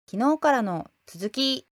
昨日からの続き。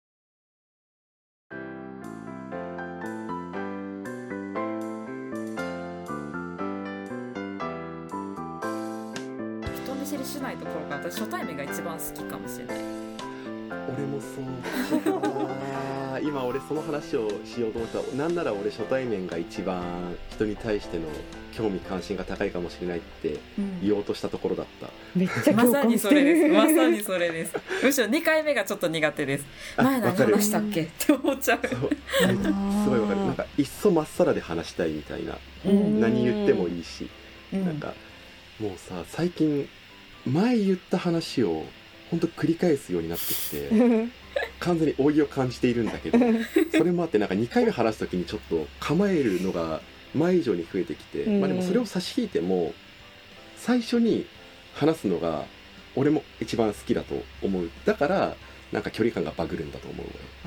人見知りしないところが私初対面が一番好きかもしれない。 俺もそう今俺その話をしようと思った。なんなら俺初対面が一番人に対しての興味関心が高いかもしれないって言おうとしたところだった、 めっちゃ共感してる。 まさにそれですむしろ2回目がちょっと苦手です。前何話したっけって思っちゃう。 すごいわかる。なんかいっそまっさらで話したいみたいな、何言ってもいいし、なんかもうさ、最近前言った話を本当繰り返すようになってきて完全に老いを感じているんだけど、それもあってなんか2回目話すときにちょっと構えるのが前以上に増えてきて、でもそれを差し引いても最初に話すのが俺も一番好きだと思う。だからなんか距離感がバグるんだと思う。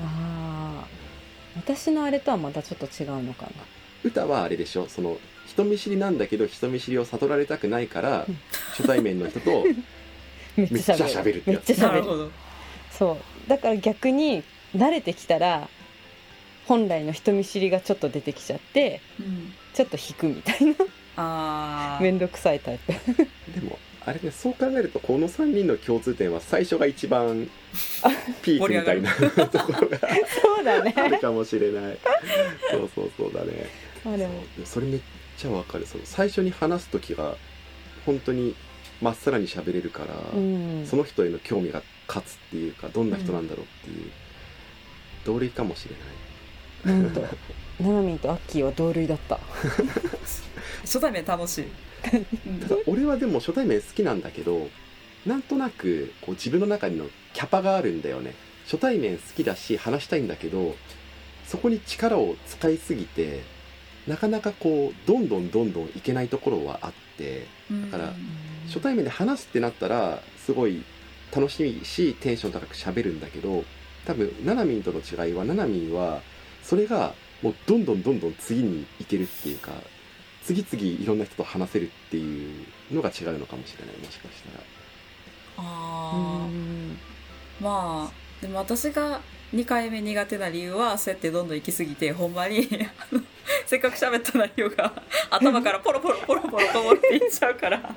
私のあれとはまたちょっと違うのかな。 歌はあれでしょ、その人見知りなんだけど人見知りを悟られたくないから初対面の人とめっちゃ喋るってやつ。 なるほど。 そうだから逆に慣れてきたら本来の人見知りがちょっと出てきちゃって、ちょっと引くみたいなめんどくさいタイプでもあれね、そう考えるとこの3人の共通点は最初が一番ピークみたいなところがそうだねあるかもしれない。そうだね。 でもそれめっちゃわかる。その最初に話す時が本当にまっさらに喋れるから、その人への興味が勝つっていうか、どんな人なんだろうっていう、同類かもしれない。 なんとナナミンとアッキーは同類だった初対面楽しいただ俺はでも初対面好きなんだけど、なんとなくこう自分の中にのキャパがあるんだよね。初対面好きだし話したいんだけど、そこに力を使いすぎてなかなかこうどんどんいけないところはあって、だから初対面で話すってなったらすごい楽しいしテンション高く喋るんだけど、多分ナナミンとの違いは、ナナミンはそれがもうどんどん次に行けるっていうか、次々いろんな人と話せるっていうのが違うのかもしれない。もしかしたらまあでも私が2回目苦手な理由はそうやってどんどん行き過ぎて、ほんまにせっかく喋った内容が頭からポロポロこぼれていっちゃうから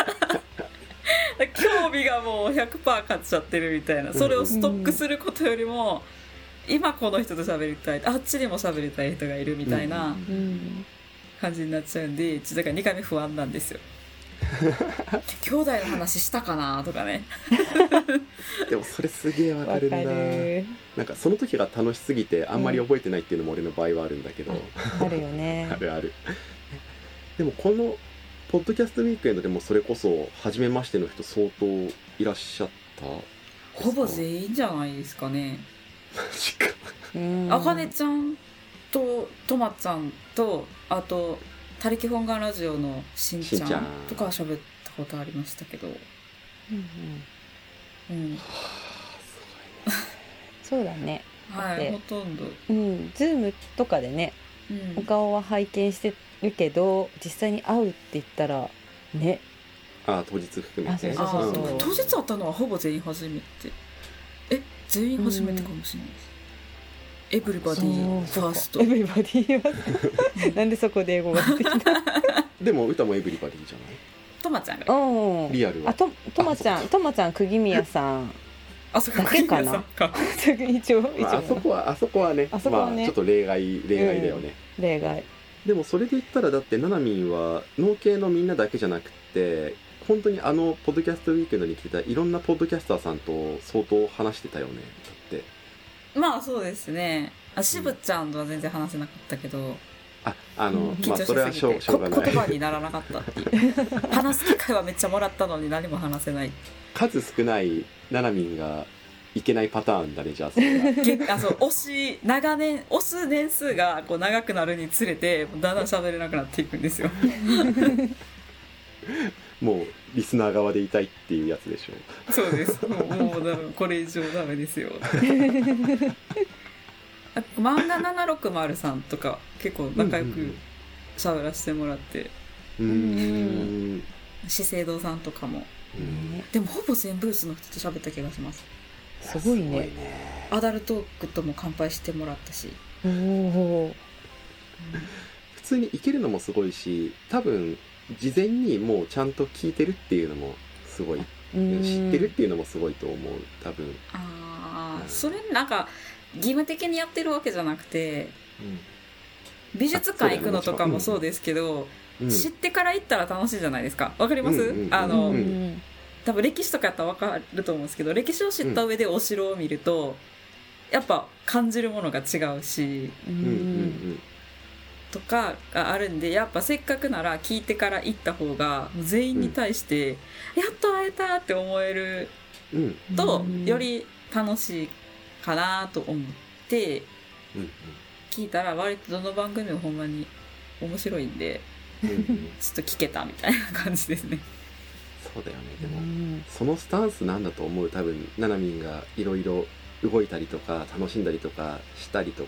興味がもう 100% 勝っちゃってるみたいな。それをストックすることよりも今この人と喋りたい、あっちにも喋りたい人がいるみたいな感じになっちゃうんで、ちょっとだから2回目不安なんですよ兄弟の話したかなとかねでもそれすげえわかるんだ。なんかその時が楽しすぎてあんまり覚えてないっていうのも俺の場合はあるんだけど、 あるよねあるでもこのポッドキャストウィークエンドでもそれこそ初めましての人相当いらっしゃった。 ほぼ全員じゃないですかね。 マジか。 あかねちゃんととまちゃんと、あと他力本願ラジオのしんちゃんとかは喋ったことありましたけど、 そうだね。 はい、ほとんどズームとかでね、お顔は拝見してるけど実際に会うって言ったらね、 当日含めて。 当日会ったのはほぼ全員初めて。全員初めてかもしれないです。エブリバディファースト。エブリバディはなんでそこで英語が出てきたでも歌もエブリバディじゃない。 とまちゃんがリアルはとまちゃん釘宮さんだけかな一応あそこはね、ちょっと例外だよね。 例外。 でもそれで言ったらだってナナミンは農系のみんなだけじゃなくて、本当にポッドキャストウィークエンドに来てたいろんなポッドキャスターさんと相当話してたよね。だってまあそうですね。しぶちゃんとは全然話せなかったけど、 それはしょうがない。 言葉にならなかったっていう話す機会はめっちゃもらったのに何も話せない。 数少ないナナミンがいけないパターンだね。じゃあそう押す年数がこう長くなるにつれてだんだん喋れなくなっていくんですよもうリスナー側でいたいっていうやつでしょ。 そうです。もうこれ以上ダメですよ漫画760さんとか結構仲良く喋らせてもらって、資生堂さんとかも、でもほぼ全ブースの人と喋った気がします。 すごいね。 アダルトークとも乾杯してもらったし、 普通にいけるのもすごいし、多分事前にもうちゃんと聞いてるっていうのもすごい、知ってるっていうのもすごいと思う。多分それなんか義務的にやってるわけじゃなくて、美術館行くのとかもそうですけど、知ってから行ったら楽しいじゃないですか。わかります？多分歴史とかやったらわかると思うんですけど、歴史を知った上でお城を見ると、やっぱ感じるものが違うし、とかがあるんで、やっぱせっかくなら聞いてから行った方が全員に対してやっと会えたって思えると、より楽しいかなと思って聞いたら、割とどの番組もほんまに面白いんでちょっと聞けたみたいな感じですね。 そうだよね。でもそのスタンスなんだと思う。多分ななみんがいろいろ動いたりとか楽しんだりとかしたりと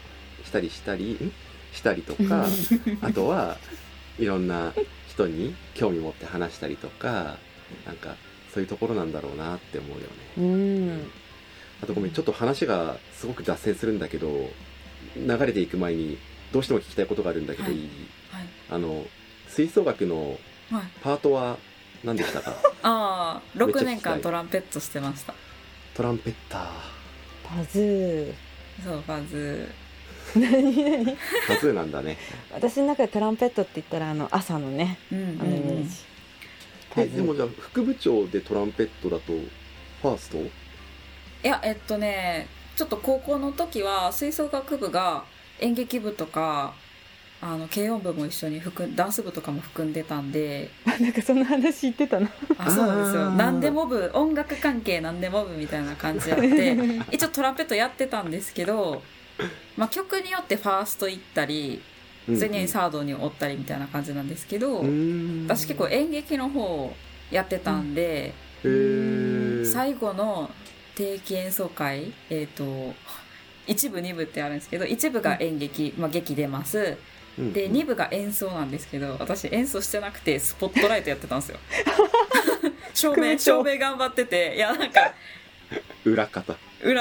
かあとはいろんな人に興味持って話したりとか、なんかそういうところなんだろうなって思うよね。あとごめん、ちょっと話がすごく脱線するんだけど、流れていく前にどうしても聞きたいことがあるんだけど、いい？吹奏楽のパートは何でしたか ？6年間トランペットしてました。 トランペッター。 パズー。 そう、パズー。何パズーなんだね。 私の中でトランペットって言ったら朝のね、イメージ。でもじゃあ副部長でトランペットだとファースト？ いや、ちょっと高校の時は吹奏楽部が演劇部とか軽音部も一緒にダンス部とかも含んでたんで、 なんかその話言ってたな。 そうなんですよ。何でも部、音楽関係何でも部みたいな感じやって一応トランペットやってたんですけど、曲によってファースト行ったり次にサードにおったりみたいな感じなんですけど、私結構演劇の方をやってたんで、最後の定期演奏会、1部2部ってあるんですけど、1部が演劇、劇出ます。で2部が演奏なんですけど、私演奏してなくてスポットライトやってたんですよ。照明頑張ってて、いやなんか裏方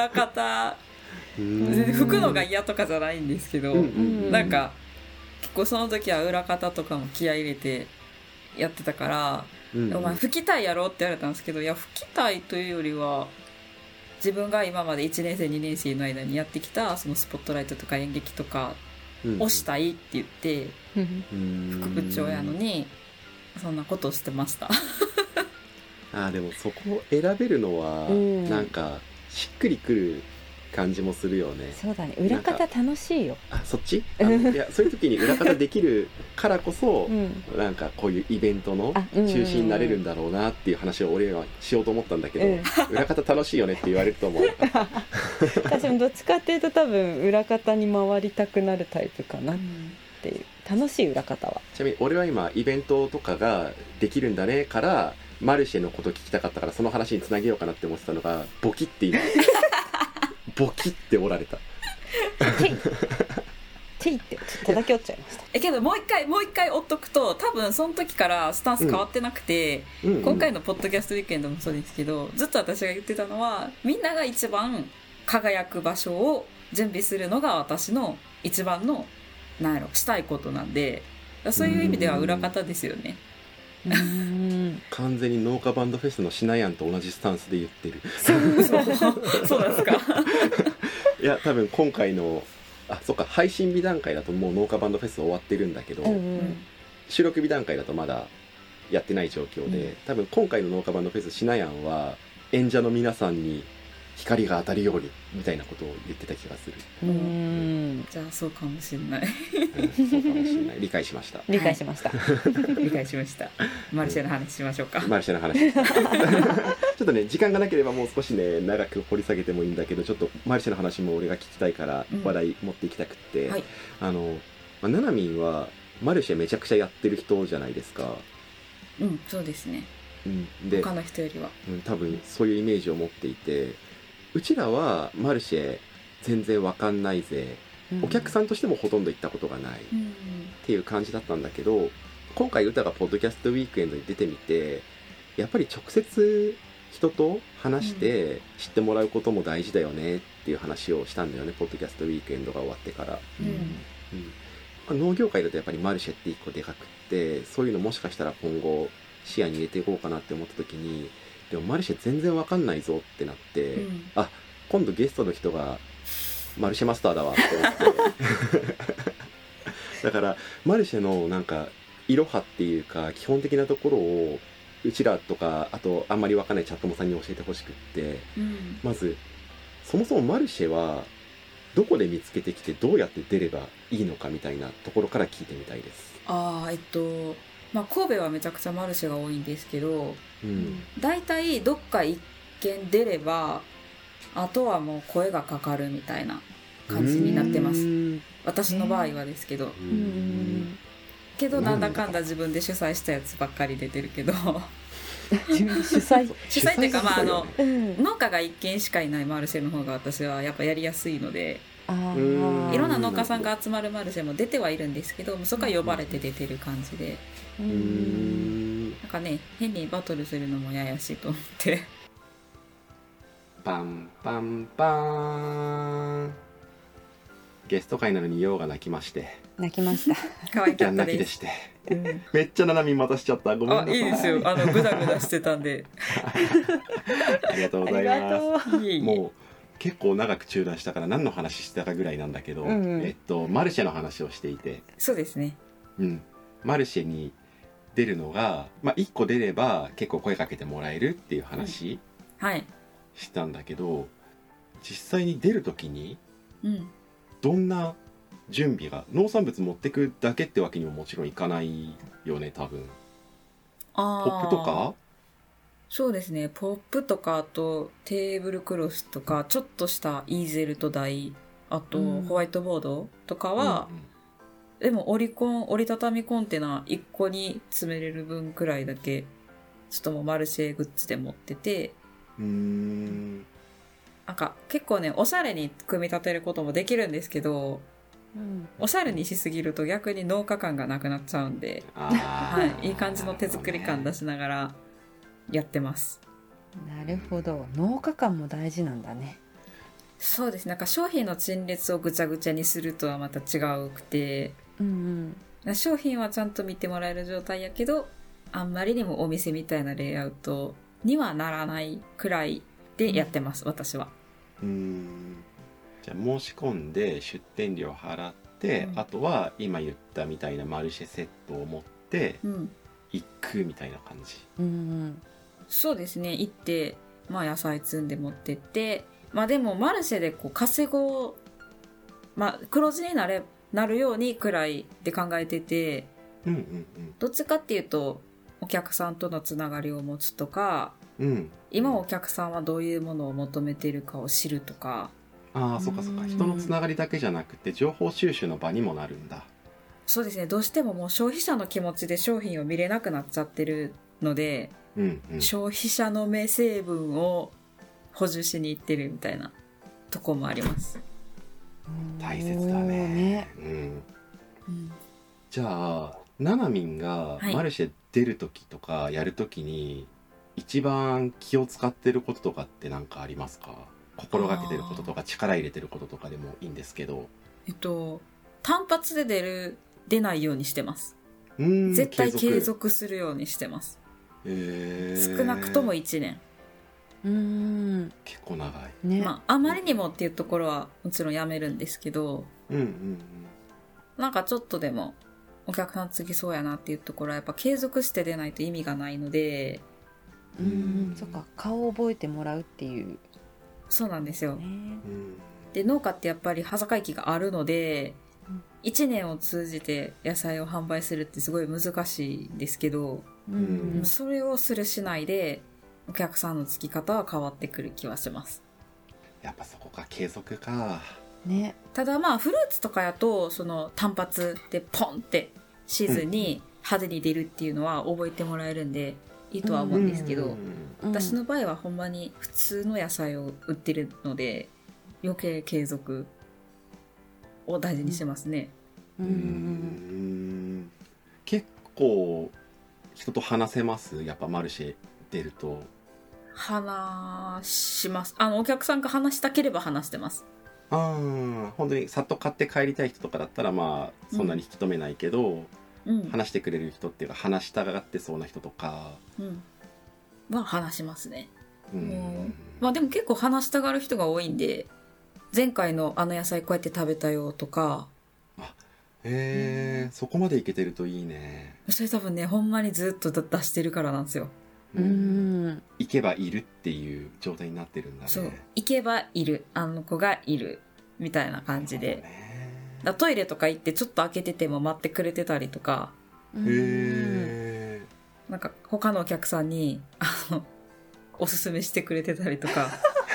吹くのが嫌とかじゃないんですけど、なんか結構その時は裏方とかも気合い入れてやってたから、お前吹きたいやろって言われたんですけど、いや吹きたいというよりは自分が今まで1年生2年生の間にやってきたそのスポットライトとか演劇とかをしたいって言って副部長やのにそんなことをしてました。 でもそこを選べるのはなんかしっくりくる感じもするよね。 そうだね、裏方楽しいよ。 そっち？いや、そういう時に裏方できるからこそ、なんかこういうイベントの中心になれるんだろうなっていう話を俺はしようと思ったんだけど、裏方楽しいよねって言われると思う。 私もどっちかっていうと多分裏方に回りたくなるタイプかなっていう。楽しい裏方は。 ちなみに俺は今イベントとかができるんだねからマルシェのこと聞きたかったからその話につなげようかなって思ってたのがボキって今ボキっておられた。 チェイってちょっと叩き折っちゃいました。 けどもう一回追っとくと、多分その時からスタンス変わってなくて、今回のポッドキャストウィークエンドもそうですけど、ずっと私が言ってたのは、みんなが一番輝く場所を準備するのが私の一番のしたいことなんで、そういう意味では裏方ですよね。 完全に農家バンドフェスのシナヤンと同じスタンスで言ってる。 そうなんですか。 いや多分今回のそっか、配信日段階だともう農家バンドフェス終わってるんだけど、収録日段階だとまだやってない状況で、多分今回の農家バンドフェスシナヤンは演者の皆さんに光が当たるようにみたいなことを言ってた気がする。 じゃあそうかもしれない。 そうかもしれない。理解しました。 理解しました。 マルシェの話しましょうか。 マルシェの話。ちょっとね時間がなければもう少しね長く掘り下げてもいいんだけど、ちょっとマルシェの話も俺が聞きたいから話題持っていきたくって、ななみんはマルシェめちゃくちゃやってる人じゃないですか。 そうですね。 で他の人よりは、 多分そういうイメージを持っていて、うちらはマルシェ全然わかんないぜ、お客さんとしてもほとんど行ったことがないっていう感じだったんだけど、今回歌がポッドキャストウィークエンドに出てみて、やっぱり直接人と話して知ってもらうことも大事だよねっていう話をしたんだよね、ポッドキャストウィークエンドが終わってから、農業界だとやっぱりマルシェって一個でかくって、そういうのもしかしたら今後視野に入れていこうかなって思った時に、でもマルシェ全然わかんないぞってなって、あ、今度ゲストの人がマルシェマスターだわって思ってだからマルシェのなんかいろはっていうか基本的なところをうちらとか、あとあんまりわかんないチャットモさんに教えてほしくって、まずそもそもマルシェはどこで見つけてきてどうやって出ればいいのかみたいなところから聞いてみたいです。 まあ、神戸はめちゃくちゃマルシェが多いんですけど、だいたいどっか一軒出ればあとはもう声がかかるみたいな感じになってます。私の場合はですけど、けどなんだかんだ自分で主催したやつばっかり出てるけど主催っていうか、まあ農家が一軒しかいないマルシェの方が私はやっぱやりやすいので、いろんな農家さんが集まるマルシェも出てはいるんですけど、そこは呼ばれて出てる感じで、なんかね、変にバトルするのもややしいと思ってパンパンパーン、ゲスト会なのにヨウが泣きまして、 泣きました可愛かったです。 泣きでして、めっちゃななみん待たしちゃった、ごめんなさい。 いいですよ、グダグダしてたんでありがとうございます。もう結構長く中断したから何の話してたかぐらいなんだけど、マルシェの話をしていて、 そうですね、 マルシェに出るのが、1個出れば結構声かけてもらえるっていう話、したんだけど、実際に出る時に、どんな準備が、農産物持ってくだけってわけにももちろんいかないよね、多分。ポップとか？ そうですね、ポップとか、あとテーブルクロスとか、ちょっとしたイーゼルと台、あとホワイトボードとかは、でも折りたたみコンテナ1個に詰めれる分くらいだけちょっともうマルシェグッズで持ってて、なんか結構ね、おしゃれに組み立てることもできるんですけど、おしゃれにしすぎると逆に農家感がなくなっちゃうんで、いい感じの手作り感出しながらやってます。 なるほど、農家感も大事なんだね。 そうですね、なんか商品の陳列をぐちゃぐちゃにするとはまた違うくて、商品はちゃんと見てもらえる状態やけど、あんまりにもお店みたいなレイアウトにはならないくらいでやってます、私は。 じゃあ申し込んで出店料払って、あとは今言ったみたいなマルシェセットを持って行くみたいな感じ。 そうですね、行って、野菜積んで持ってって、でもマルシェでこう稼ごう、黒字になるようにくらいで考えてて、どっちかっていうとお客さんとのつながりを持つとか、今お客さんはどういうものを求めているかを知るとか。 そっかそっか、人のつながりだけじゃなくて情報収集の場にもなるんだ。 そうですね、どうしてももう消費者の気持ちで商品を見れなくなっちゃってるので、消費者の目成分を補充しに行ってるみたいなとこもあります。 大切だね。じゃあななみんがマルシェ出る時とかやる時に一番気を使ってることとかって何かありますか？心がけてることとか力入れてることとかでもいいんですけど。 単発で出ないようにしてます。絶対継続するようにしてます。少なくとも1年。 結構長い、 あまりにもっていうところはもちろんやめるんですけど、なんかちょっとでもお客さん次そうやなっていうところはやっぱ継続して出ないと意味がないので。 そっか、顔を覚えてもらうっていう。 そうなんですよ、で農家ってやっぱり端境期があるので、1年を通じて野菜を販売するってすごい難しいんですけど、それをするしないでお客さんのつき方は変わってくる気はします。 やっぱそこか、継続か、 ただフルーツとかやとその単発でポンってシーズンに派手に出るっていうのは覚えてもらえるんでいいとは思うんですけど、私の場合はほんまに普通の野菜を売ってるので余計継続を大事にしてますね。 結構人と話せます？やっぱマルシェ出ると。 話します。お客さんが話したければ話してます。 本当にさっと買って帰りたい人とかだったらまあそんなに引き止めないけど、話してくれる人っていうか話したがってそうな人とかは話しますね。まあでも結構話したがる人が多いんで、前回の野菜こうやって食べたよとか。 そこまでいけてるといいね。 それ多分ね、ほんまにずっと出してるからなんですよ。 行けばいるっていう状態になってるんだね。 そう、行けばいる、あの子がいるみたいな感じで、だトイレとか行ってちょっと開けてても待ってくれてたりとか、なんか他のお客さんにおすすめしてくれてたりとか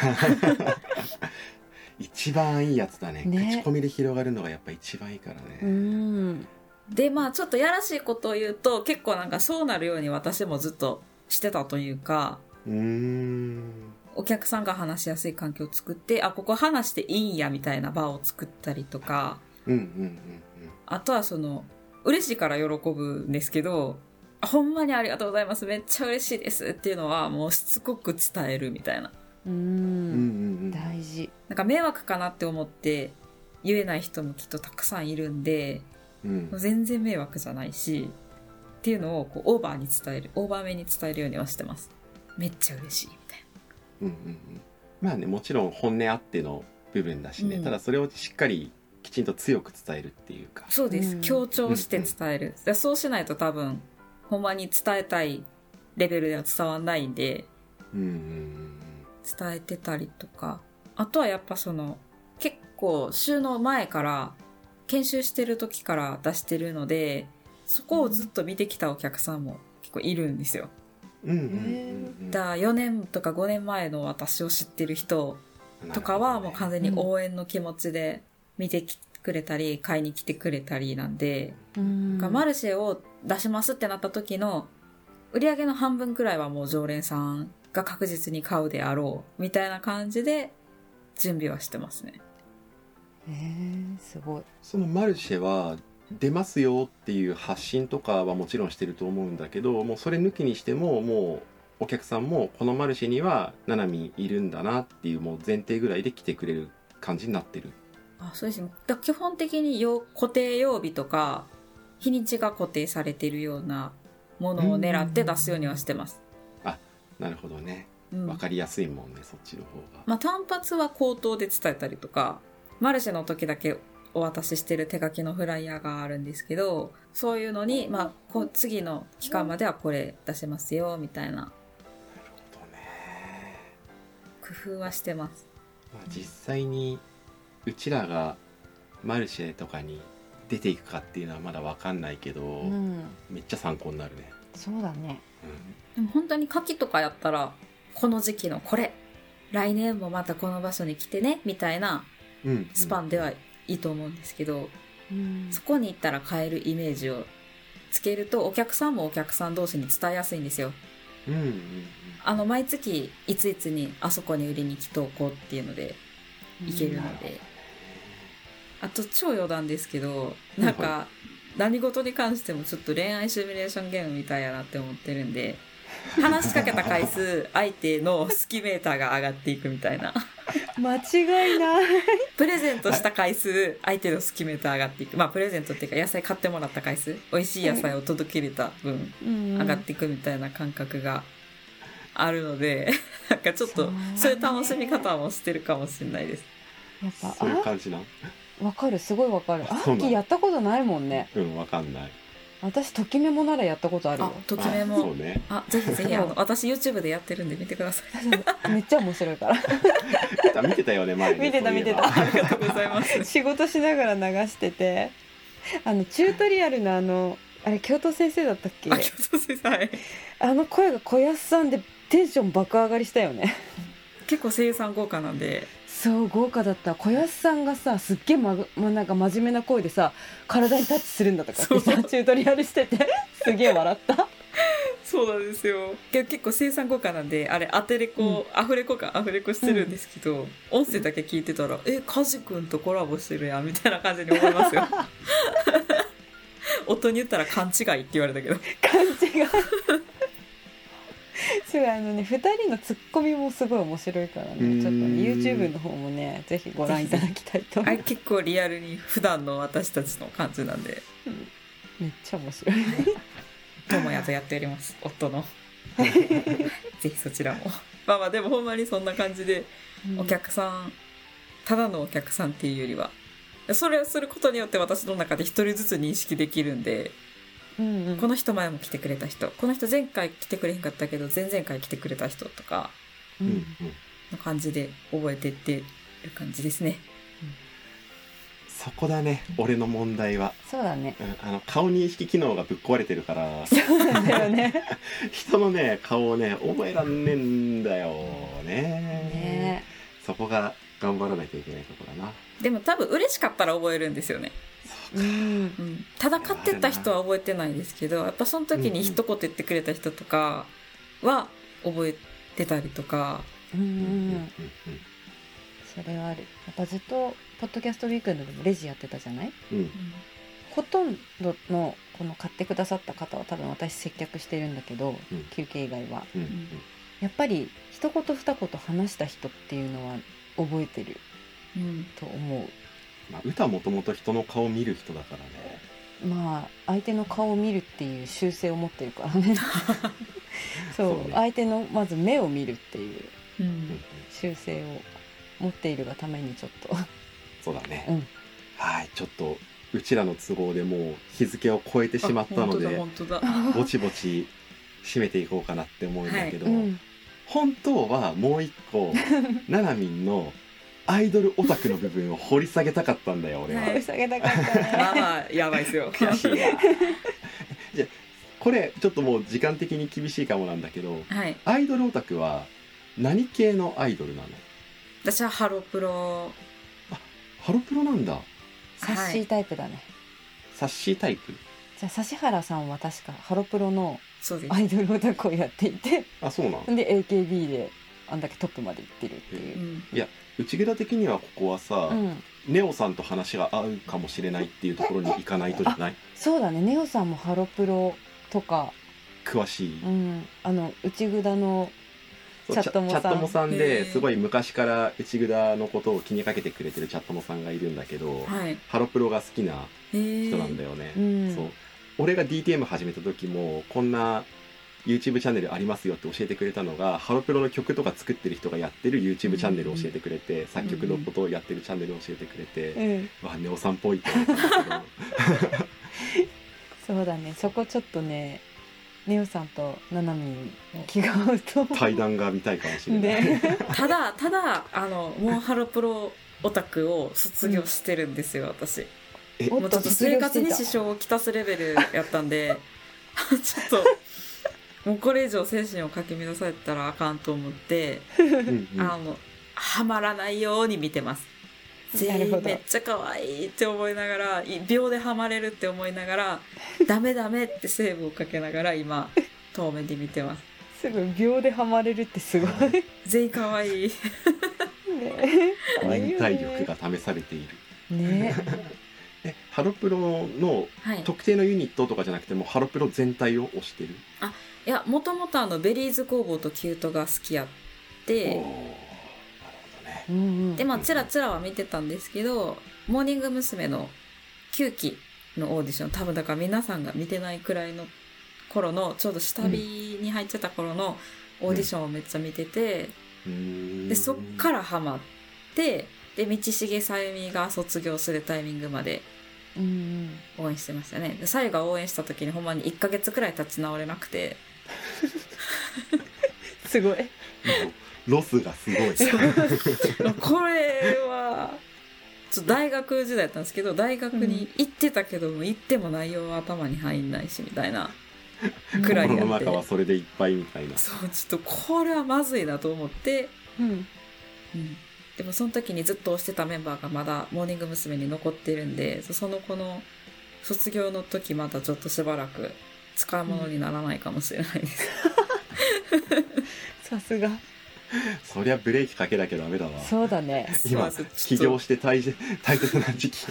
一番いいやつだね。口コミで広がるのがやっぱ一番いいからね。 でまあちょっとやらしいことを言うと、結構なんかそうなるように私もずっとしてたというか、お客さんが話しやすい環境を作って、ここ話していいんやみたいな場を作ったりとか、あとはその嬉しいから喜ぶんですけど、ほんまにありがとうございます、めっちゃ嬉しいですっていうのはもうしつこく伝えるみたいな。 大事。 なんか迷惑かなって思って言えない人もきっとたくさんいるんで、全然迷惑じゃないしっていうのをこうオーバーめに伝えるようにはしてます。めっちゃ嬉しいみたいな。 まあね、もちろん本音あっての部分だしね、ただそれをしっかりきちんと強く伝えるっていうか。 そうです、強調して伝える。そうしないと多分ほんまに伝えたいレベルでは伝わんないんで、伝えてたりとか、あとはやっぱその結構週の前から研修してる時から出してるので、そこをずっと見てきたお客さんも結構いるんですよ。だから4年とか5年前の私を知ってる人とかはもう完全に応援の気持ちで見てくれたり買いに来てくれたりなんで、マルシェを出しますってなった時の売り上げの半分くらいはもう常連さんが確実に買うであろうみたいな感じで準備はしてますね。 すごい。 そのマルシェは出ますよっていう発信とかはもちろんしてると思うんだけど、もうそれ抜きにしてももうお客さんもこのマルシェにはななみいるんだなっていうもう前提ぐらいで来てくれる感じになってる。 そうですね。基本的に固定曜日とか日にちが固定されているようなものを狙って出すようにはしてます。 なるほどね。わかりやすいもんね、そっちの方が。 単発は口頭で伝えたりとか、マルシェの時だけお渡ししてる手書きのフライヤーがあるんですけど、そういうのに、次の期間まではこれ出せますよみたいな。なるほどね。 工夫はしてます。 実際にうちらがマルシェとかに出ていくかっていうのはまだ分かんないけど、めっちゃ参考になるね。 そうだね。 でも本当に牡蠣とかやったらこの時期のこれ来年もまたこの場所に来てねみたいなスパンではいいと思うんですけど、そこに行ったら買えるイメージをつけるとお客さんもお客さん同士に伝えやすいんですよ。毎月いついつにあそこに売りに来とこうっていうのでいけるので、あと超余談ですけど、なんか何事に関してもちょっと恋愛シミュレーションゲームみたいやなって思ってるんで、話しかけた回数相手の好きメーターが上がっていくみたいな。 間違いない。 プレゼントした回数相手の好きメーター上がっていく。プレゼントっていうか野菜買ってもらった回数、美味しい野菜を届けれた分上がっていくみたいな感覚があるので、なんかちょっとそういう楽しみ方もしてるかもしれないです。 やっぱそういう感じな。 わかる、すごいわかる。秋やったことないもんね。 わかんない。 私ときメモならやったことあるよ。 ときメモ。 そうね。 ぜひぜひ私 YouTube でやってるんで見てください。めっちゃ面白いから。 見てたよね、前に。 見てた。 ありがとうございます。 仕事しながら流してて、チュートリアルのあれ教頭先生だったっけ？ 教頭先生、はい。 声が小安さんでテンション爆上がりしたよね。 結構声優さん豪華なんで。 そう豪華だった。小安さんがさ、すっげえなんか真面目な声でさ、体にタッチするんだとかってさ、チュートリアルしててすげえ笑った。 そうなんですよ。結構声優さん豪華なんで、あれアフレコしてるんですけど、音声だけ聞いてたらカジ君とコラボしてるやんみたいな感じに思いますよ。夫に言ったら勘違いって言われたけど。 勘違い。 すごい2人のツッコミもすごい面白いからね。ちょっとね YouTube の方もねぜひご覧いただきたいと思います。 結構リアルに普段の私たちの感じなんで、 めっちゃ面白い。 友也とやっております、夫の。ぜひそちらも。まあでもほんまにそんな感じで、お客さん、ただのお客さんっていうよりはそれをすることによって私の中で一人ずつ認識できるんで、この人前も来てくれた人、この人前回来てくれへんかったけど前々回来てくれた人とかの感じで覚えてってる感じですね。 そこだね、俺の問題は。 そうだね、 顔認識機能がぶっ壊れてるから。 そうなんだよね。 人のね顔をね覚えらんねえんだよね。そこが頑張らなきゃいけないところだな。 でも多分嬉しかったら覚えるんですよね。ただ買ってった人は覚えてないですけど、やっぱその時に一言言ってくれた人とかは覚えてたりとか。 それはある。やっぱずっとポッドキャストウィークエンドでもレジやってたじゃない、ほとんどのこの買ってくださった方は多分私接客してるんだけど、休憩以外は、やっぱり一言二言話した人っていうのは覚えてる、と思う。 歌もともと人の顔を見る人だからね。 相手の顔を見るっていう習性を持ってるからね。そう、相手のまず目を見るっていう習性を持っているがためにちょっとそうだね、はい、ちょっとうちらの都合でもう日付を超えてしまったのでぼちぼち締めていこうかなって思うんだけど、本当はもう一個ななみんのアイドルオタクの部分を掘り下げたかったんだよ俺は。 掘り下げたかったね。 まあやばいですよ。 悔しいな。じゃこれちょっともう時間的に厳しいかもなんだけど、アイドルオタクは何系のアイドルなの？ 私はハロプロ。 ハロプロなんだ。 サッシータイプだね。 サッシータイプ。 じゃあ指原さんは確かハロプロのアイドルオタクをやっていて、 そうなんで AKB であんだけトップまで行ってるっていう。 いや内蔵的にはここはさ、ネオさんと話が合うかもしれないっていうところに行かないとじゃない？そうだね、ネオさんもハロプロとか詳しい。 内蔵のチャットモさんですごい昔から内蔵のことを気にかけてくれてるチャットモさんがいるんだけど、ハロプロが好きな人なんだよね。そう俺が DTM 始めた時もこんな YouTube チャンネルありますよって教えてくれたのが、ハロプロの曲とか作ってる人がやってる YouTube チャンネルを教えてくれて、作曲のことをやってるチャンネルを教えてくれて、ネオさんっぽいって思ったんだけどそうだね、そこちょっとねネオさんとナナミン気が合うと対談が見たいかもしれない、 ただもうハロプロオタクを卒業してるんですよ、私。もうちょっと生活に支障をきたすレベルやったんでちょっともうこれ以上精神をかき乱されたらあかんと思ってはまらないように見てます。全員めっちゃ可愛いって思いながら、秒でハマれるって思いながらダメダメってセーブをかけながら今遠目で見てます。 すごい秒でハマれるってすごい全員可愛い忍耐力が試されているね。 ハロプロの特定のユニットとかじゃなくても、ハロプロ全体を推してる？ いや、もともとベリーズ工房とキュートが好きやって、でチラチラは見てたんですけど、モーニング娘。の9期のオーディション、多分だから皆さんが見てないくらいの頃のちょうど下火に入ってた頃のオーディションをめっちゃ見てて、でそっからハマって、で道重さゆみが卒業するタイミングまで応援してましたね。でさゆが応援した時にほんまに1ヶ月くらい立ち直れなくてすごいロスがすごいこれはちょっと大学時代だったんですけど、大学に行ってたけども、行っても内容は頭に入んないしみたいなくらいやって、 心の中はそれでいっぱいみたいな。 そうちょっとこれはまずいなと思って、でもその時にずっと推してたメンバーがまだモーニング娘。に残ってるんで、その子の卒業の時またちょっとしばらく使い物にならないかもしれないです、 さすが。 そりゃブレーキかけなきゃダメだわ。 そうだね。 今起業して大切な時期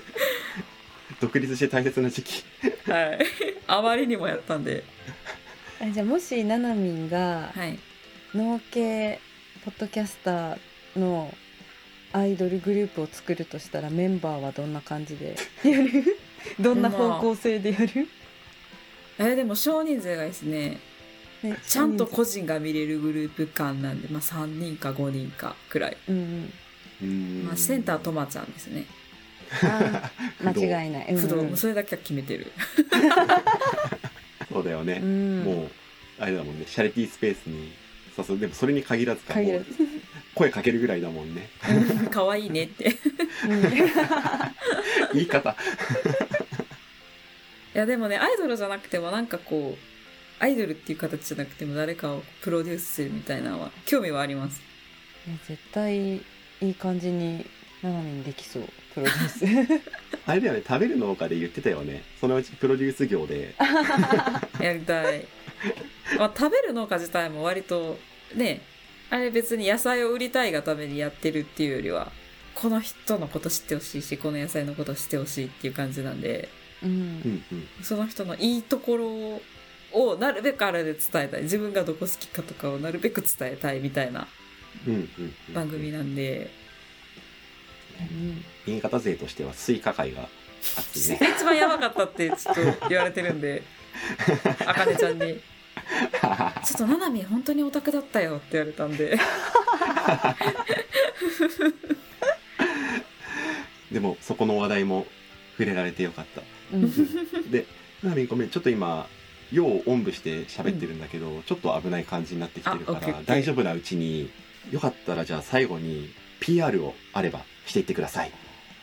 独立して大切な時期はい、あまりにもやったんでじゃあもしななみんがはい農系ポッドキャスターのアイドルグループを作るとしたらメンバーはどんな感じでやるどんな方向性でやる？ でも少人数がですね、ちゃんと個人が見れるグループ感なんで、まあ、3人か5人かくらい、まあ、センターとまちゃんですね。 間違いない、 不動、それだけは決めてる。 そうだよね、もうあれだもんね、シャレティスペースにでもそれに限らずか、もう声かけるぐらいだもんね。 可愛いねって言い方いやでもね、アイドルじゃなくてもなんかこうアイドルっていう形じゃなくても誰かをプロデュースするみたいなのは興味はあります。 絶対いい感じにななみんできそう、プロデュースあれだよね、食べる農家で言ってたよね、そのうちプロデュース業でやりたい。まあ、食べる農家自体も割とね、あれ別に野菜を売りたいがためにやってるっていうよりは、この人のこと知ってほしいし、この野菜のこと知ってほしいっていう感じなんで、その人のいいところをなるべくあれで伝えたい、自分がどこ好きかとかをなるべく伝えたいみたいな番組なんで、 言い方勢としてはスイカ界が熱いね。 一番やばかったってちょっと言われてるんであかねちゃんにちょっとななみ本当にオタクだったよって言われたんででもそこの話題も触れられてよかった、でななみんごめん、ちょっと今世をおんぶして喋ってるんだけど、ちょっと危ない感じになってきてるから大丈夫なうちに、よかったらじゃあ最後に PR をあればしていってください。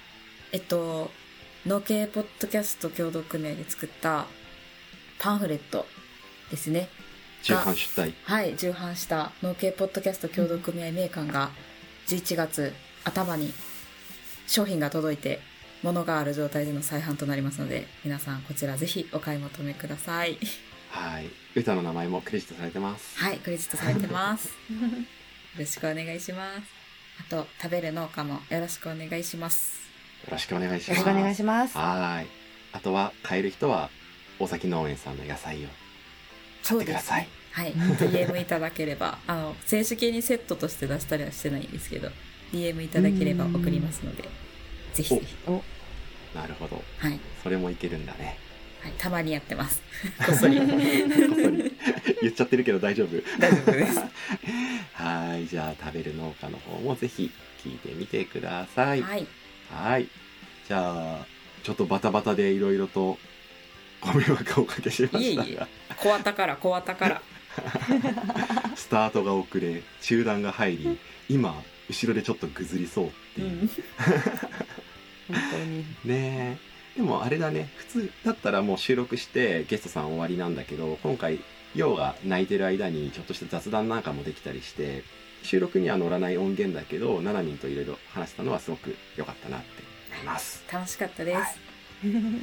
農系ポッドキャスト協同組合で作ったパンフレットですね。 重版出題。 はい、重版した農系ポッドキャスト協同組合名鑑が11月頭に商品が届いて、物がある状態での再販となりますので、皆さんこちらぜひお買い求めください。 はい、歌の名前もクレジットされてます。 はい、クレジットされてますよろしくお願いします。あと食べる農家もよろしくお願いします。 よろしくお願いします。 よろしくお願いします。 はい。あとは買える人は大崎農園さんの野菜を買ってください。 はい、DM いただければ正式にセットとして出したりはしてないんですけど、 DM いただければ送りますので、ぜひぜひ。 なるほど、 はい、 それもいけるんだね。 はい、たまにやってますこっそりこっそり言っちゃってるけど大丈夫？ 大丈夫ですはい、じゃあ食べる農家の方もぜひ聞いてみてください。はい、はい、じゃあちょっとバタバタでいろいろとご迷惑をおかけしましたが、いえいえ、 小綿からスタートが遅れ中断が入り、今後ろでちょっとぐずりそうっていう、 本当にねえ。でもあれだね、普通だったらもう収録してゲストさん終わりなんだけど、今回陽が泣いてる間にちょっとした雑談なんかもできたりして、収録には乗らない音源だけどななみんといろいろ話したのはすごく良かったなって思います。 楽しかったです、はい、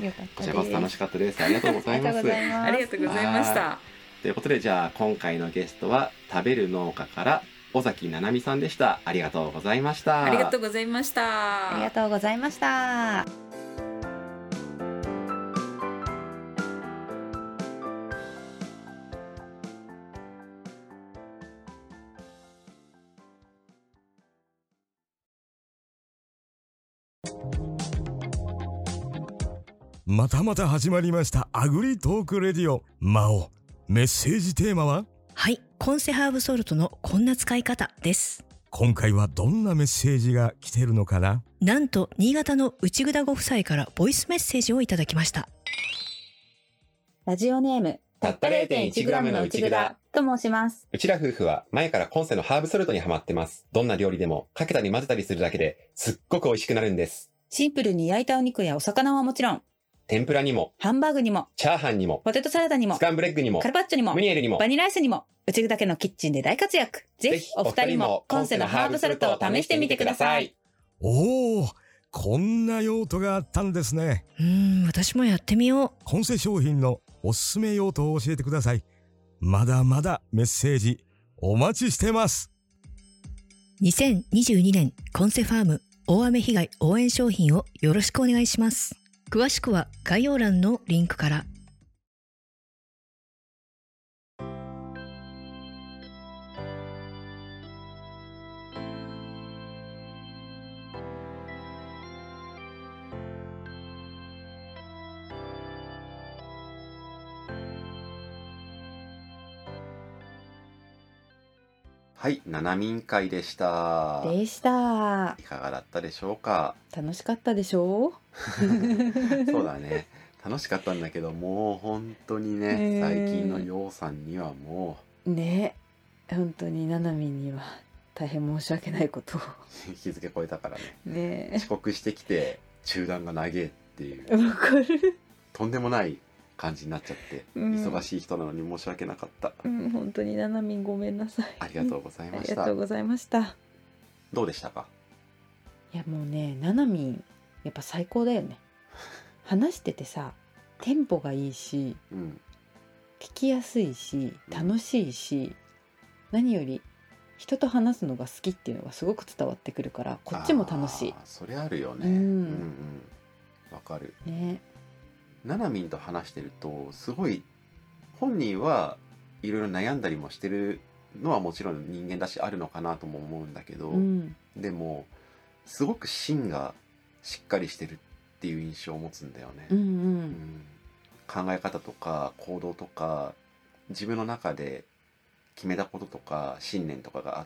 よかったです。 こちらこそ楽しかったです。ありがとうございます。 ありがとうございました。 ということで、じゃあ今回のゲストは食べる農家から尾崎ななみさんでした。ありがとうございました。 ありがとうございました。 ありがとうございました。 またまた始まりましたアグリトークレディオ魔王。メッセージテーマは、 はい、コンセハーブソルトのこんな使い方です。 今回はどんなメッセージが来てるのかな。 なんと新潟の内ぐだご夫妻からボイスメッセージをいただきました。 ラジオネームたった 0.1g の内ぐだと申します。 うちら夫婦は前からコンセのハーブソルトにハマってます。どんな料理でもかけたり混ぜたりするだけですっごく美味しくなるんです。 シンプルに焼いたお肉やお魚はもちろん、 天ぷらにもハンバーグにもチャーハンにもポテトサラダにもスカンブルエッグにもカルパッチョにもムニエルにもバニラアイスにも、うちだけのキッチンで大活躍。ぜひお二人もコンセのハーブソルトを試してみてください。 おー、こんな用途があったんですね。 私もやってみよう。 コンセ商品のおすすめ用途を教えてください。まだまだメッセージお待ちしてます。 2022年コンセファーム大雨被害応援商品をよろしくお願いします。詳しくは概要欄のリンクから。 はい、ななみん会でした。 でした。 いかがだったでしょうか。 楽しかったでしょそうだね。楽しかったんだけど、もう本当にね、最近のようさんにはもうね、本当にななみんには大変申し訳ないことを日付超えたからね。 ね、 遅刻してきて中断が長えっていう。 わかる。 とんでもない感じになっちゃって、忙しい人なのに申し訳なかった。 本当にななみんごめんなさい。 ありがとうございました。 ありがとうございました。 どうでしたか。 いやもうね、ななみんやっぱ最高だよね。話しててさ、テンポがいいし、聞きやすいし楽しいし、何より人と話すのが好きっていうのがすごく伝わってくるから、こっちも楽しい。 それあるよね。わかるね。 ななみんと話してるとすごい、本人はいろいろ悩んだりもしてるのはもちろん人間だしあるのかなとも思うんだけど、でもすごく芯がしっかりしてるっていう印象を持つんだよね。考え方とか行動とか自分の中で決めたこととか信念とかがあって、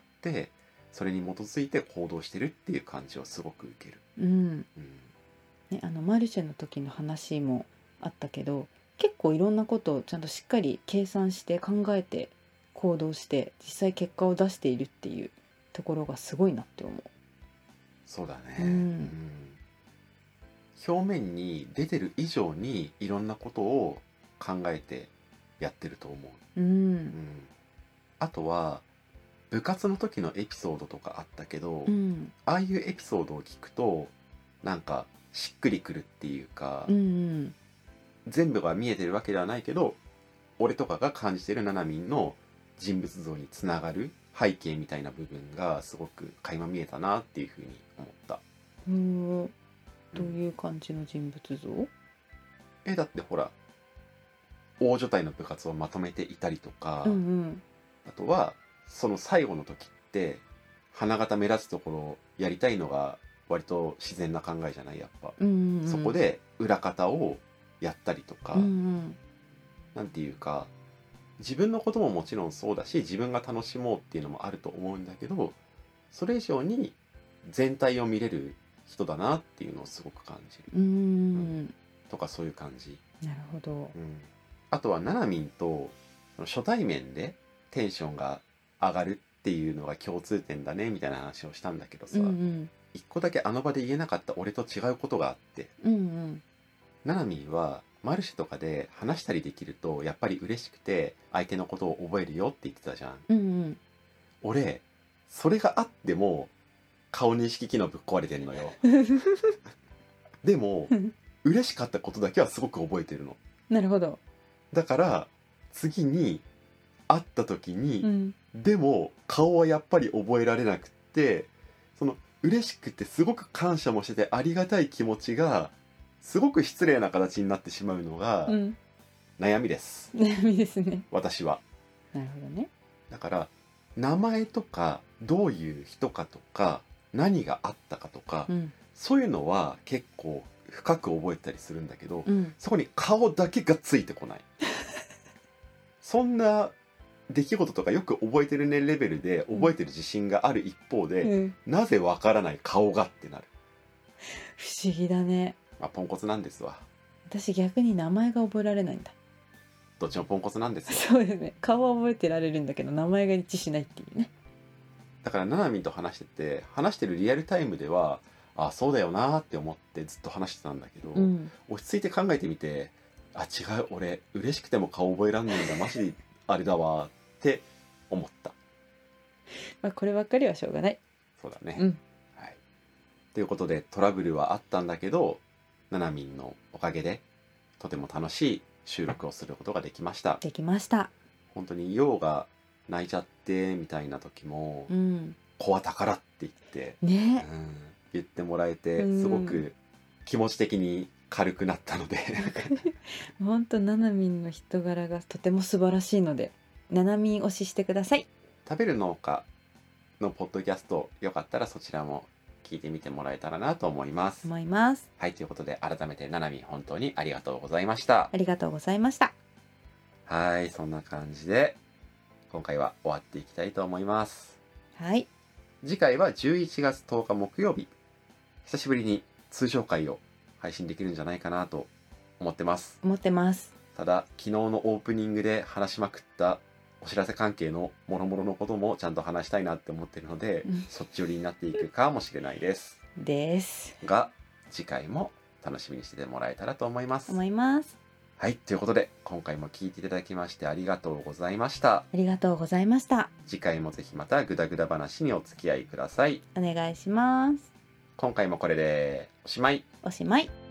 それに基づいて行動してるっていう感じをすごく受ける。 ね、マルシェの時の話もあったけど、結構いろんなことをちゃんとしっかり計算して考えて行動して実際結果を出しているっていうところがすごいなって思う。 そうだね。表面に出てる以上にいろんなことを考えてやってると思う。あとは部活の時のエピソードとかあったけど、ああいうエピソードを聞くとなんかしっくりくるっていうか、全部が見えてるわけではないけど、俺とかが感じてるななみんの人物像につながる背景みたいな部分がすごく垣間見えたなっていうふうに思った。 どういう感じの人物像？ だってほら、大所帯の部活をまとめていたりとか、あとはその最後の時って花形目立つところをやりたいのが割と自然な考えじゃない、やっぱ。そこで裏方をやったりとか、なんていうか、自分のことももちろんそうだし、自分が楽しもうっていうのもあると思うんだけど、それ以上に全体を見れる人だなっていうのをすごく感じる。とかそういう感じ。 なるほど。 あとはななみんと初対面でテンションが上がるっていうのが共通点だねみたいな話をしたんだけどさ、一個だけあの場で言えなかった俺と違うことがあって、ななみんはマルシェとかで話したりできるとやっぱり嬉しくて相手のことを覚えるよって言ってたじゃん。俺それがあっても顔認識機能ぶっ壊れてんのよ。でも嬉しかったことだけはすごく覚えてるの。 なるほど。 だから次に会った時に、でも顔はやっぱり覚えられなくって、その嬉しくてすごく感謝もしててありがたい気持ちがすごく失礼な形になってしまうのが悩みです。 悩みですね。 私は。 なるほどね。 だから名前とかどういう人かとか何があったかとか、そういうのは結構深く覚えたりするんだけど、そこに顔だけがついてこない。そんな出来事とかよく覚えてるねレベルで覚えてる自信がある一方で、なぜわからない顔がってなる。 不思議だね。 ポンコツなんですわ。 私逆に名前が覚えられないんだ。 どっちもポンコツなんですよ。 そうですね。顔は覚えてられるんだけど名前が一致しないっていうね。 だからななみんと話してるリアルタイムではそうだよなって思ってずっと話してたんだけど、落ち着いて考えてみて、違う、俺嬉しくても顔覚えらんないんだ、マジであれだわって思った。 こればっかりはしょうがない。 そうだね。はい。ということでトラブルはあったんだけど、ななみんのおかげでとても楽しい収録をすることができました。 できました。 本当にヨウが泣いちゃってみたいな時も、子は宝って言ってね、 言ってもらえてすごく気持ち的に軽くなったので本当ななみんの人柄がとても素晴らしいので、ななみん推ししてください。 食べる農家のポッドキャストよかったらそちらも聞いてみてもらえたらなと思います。はい、ということで改めてななみん本当にありがとうございました。 ありがとうございました。 はい、そんな感じで今回は終わっていきたいと思います。 はい。 次回は11月10日木曜日、久しぶりに通常回を配信できるんじゃないかなと思ってます。ただ昨日のオープニングで話しまくったお知らせ関係の諸々のこともちゃんと話したいなって思ってるので、そっち寄りになっていくかもしれないですが、次回も楽しみにしててもらえたらと思います。はい、ということで今回も聞いていただきましてありがとうございました。次回もぜひまたグダグダ話にお付き合いください。 お願いします。 今回もこれでおしまい。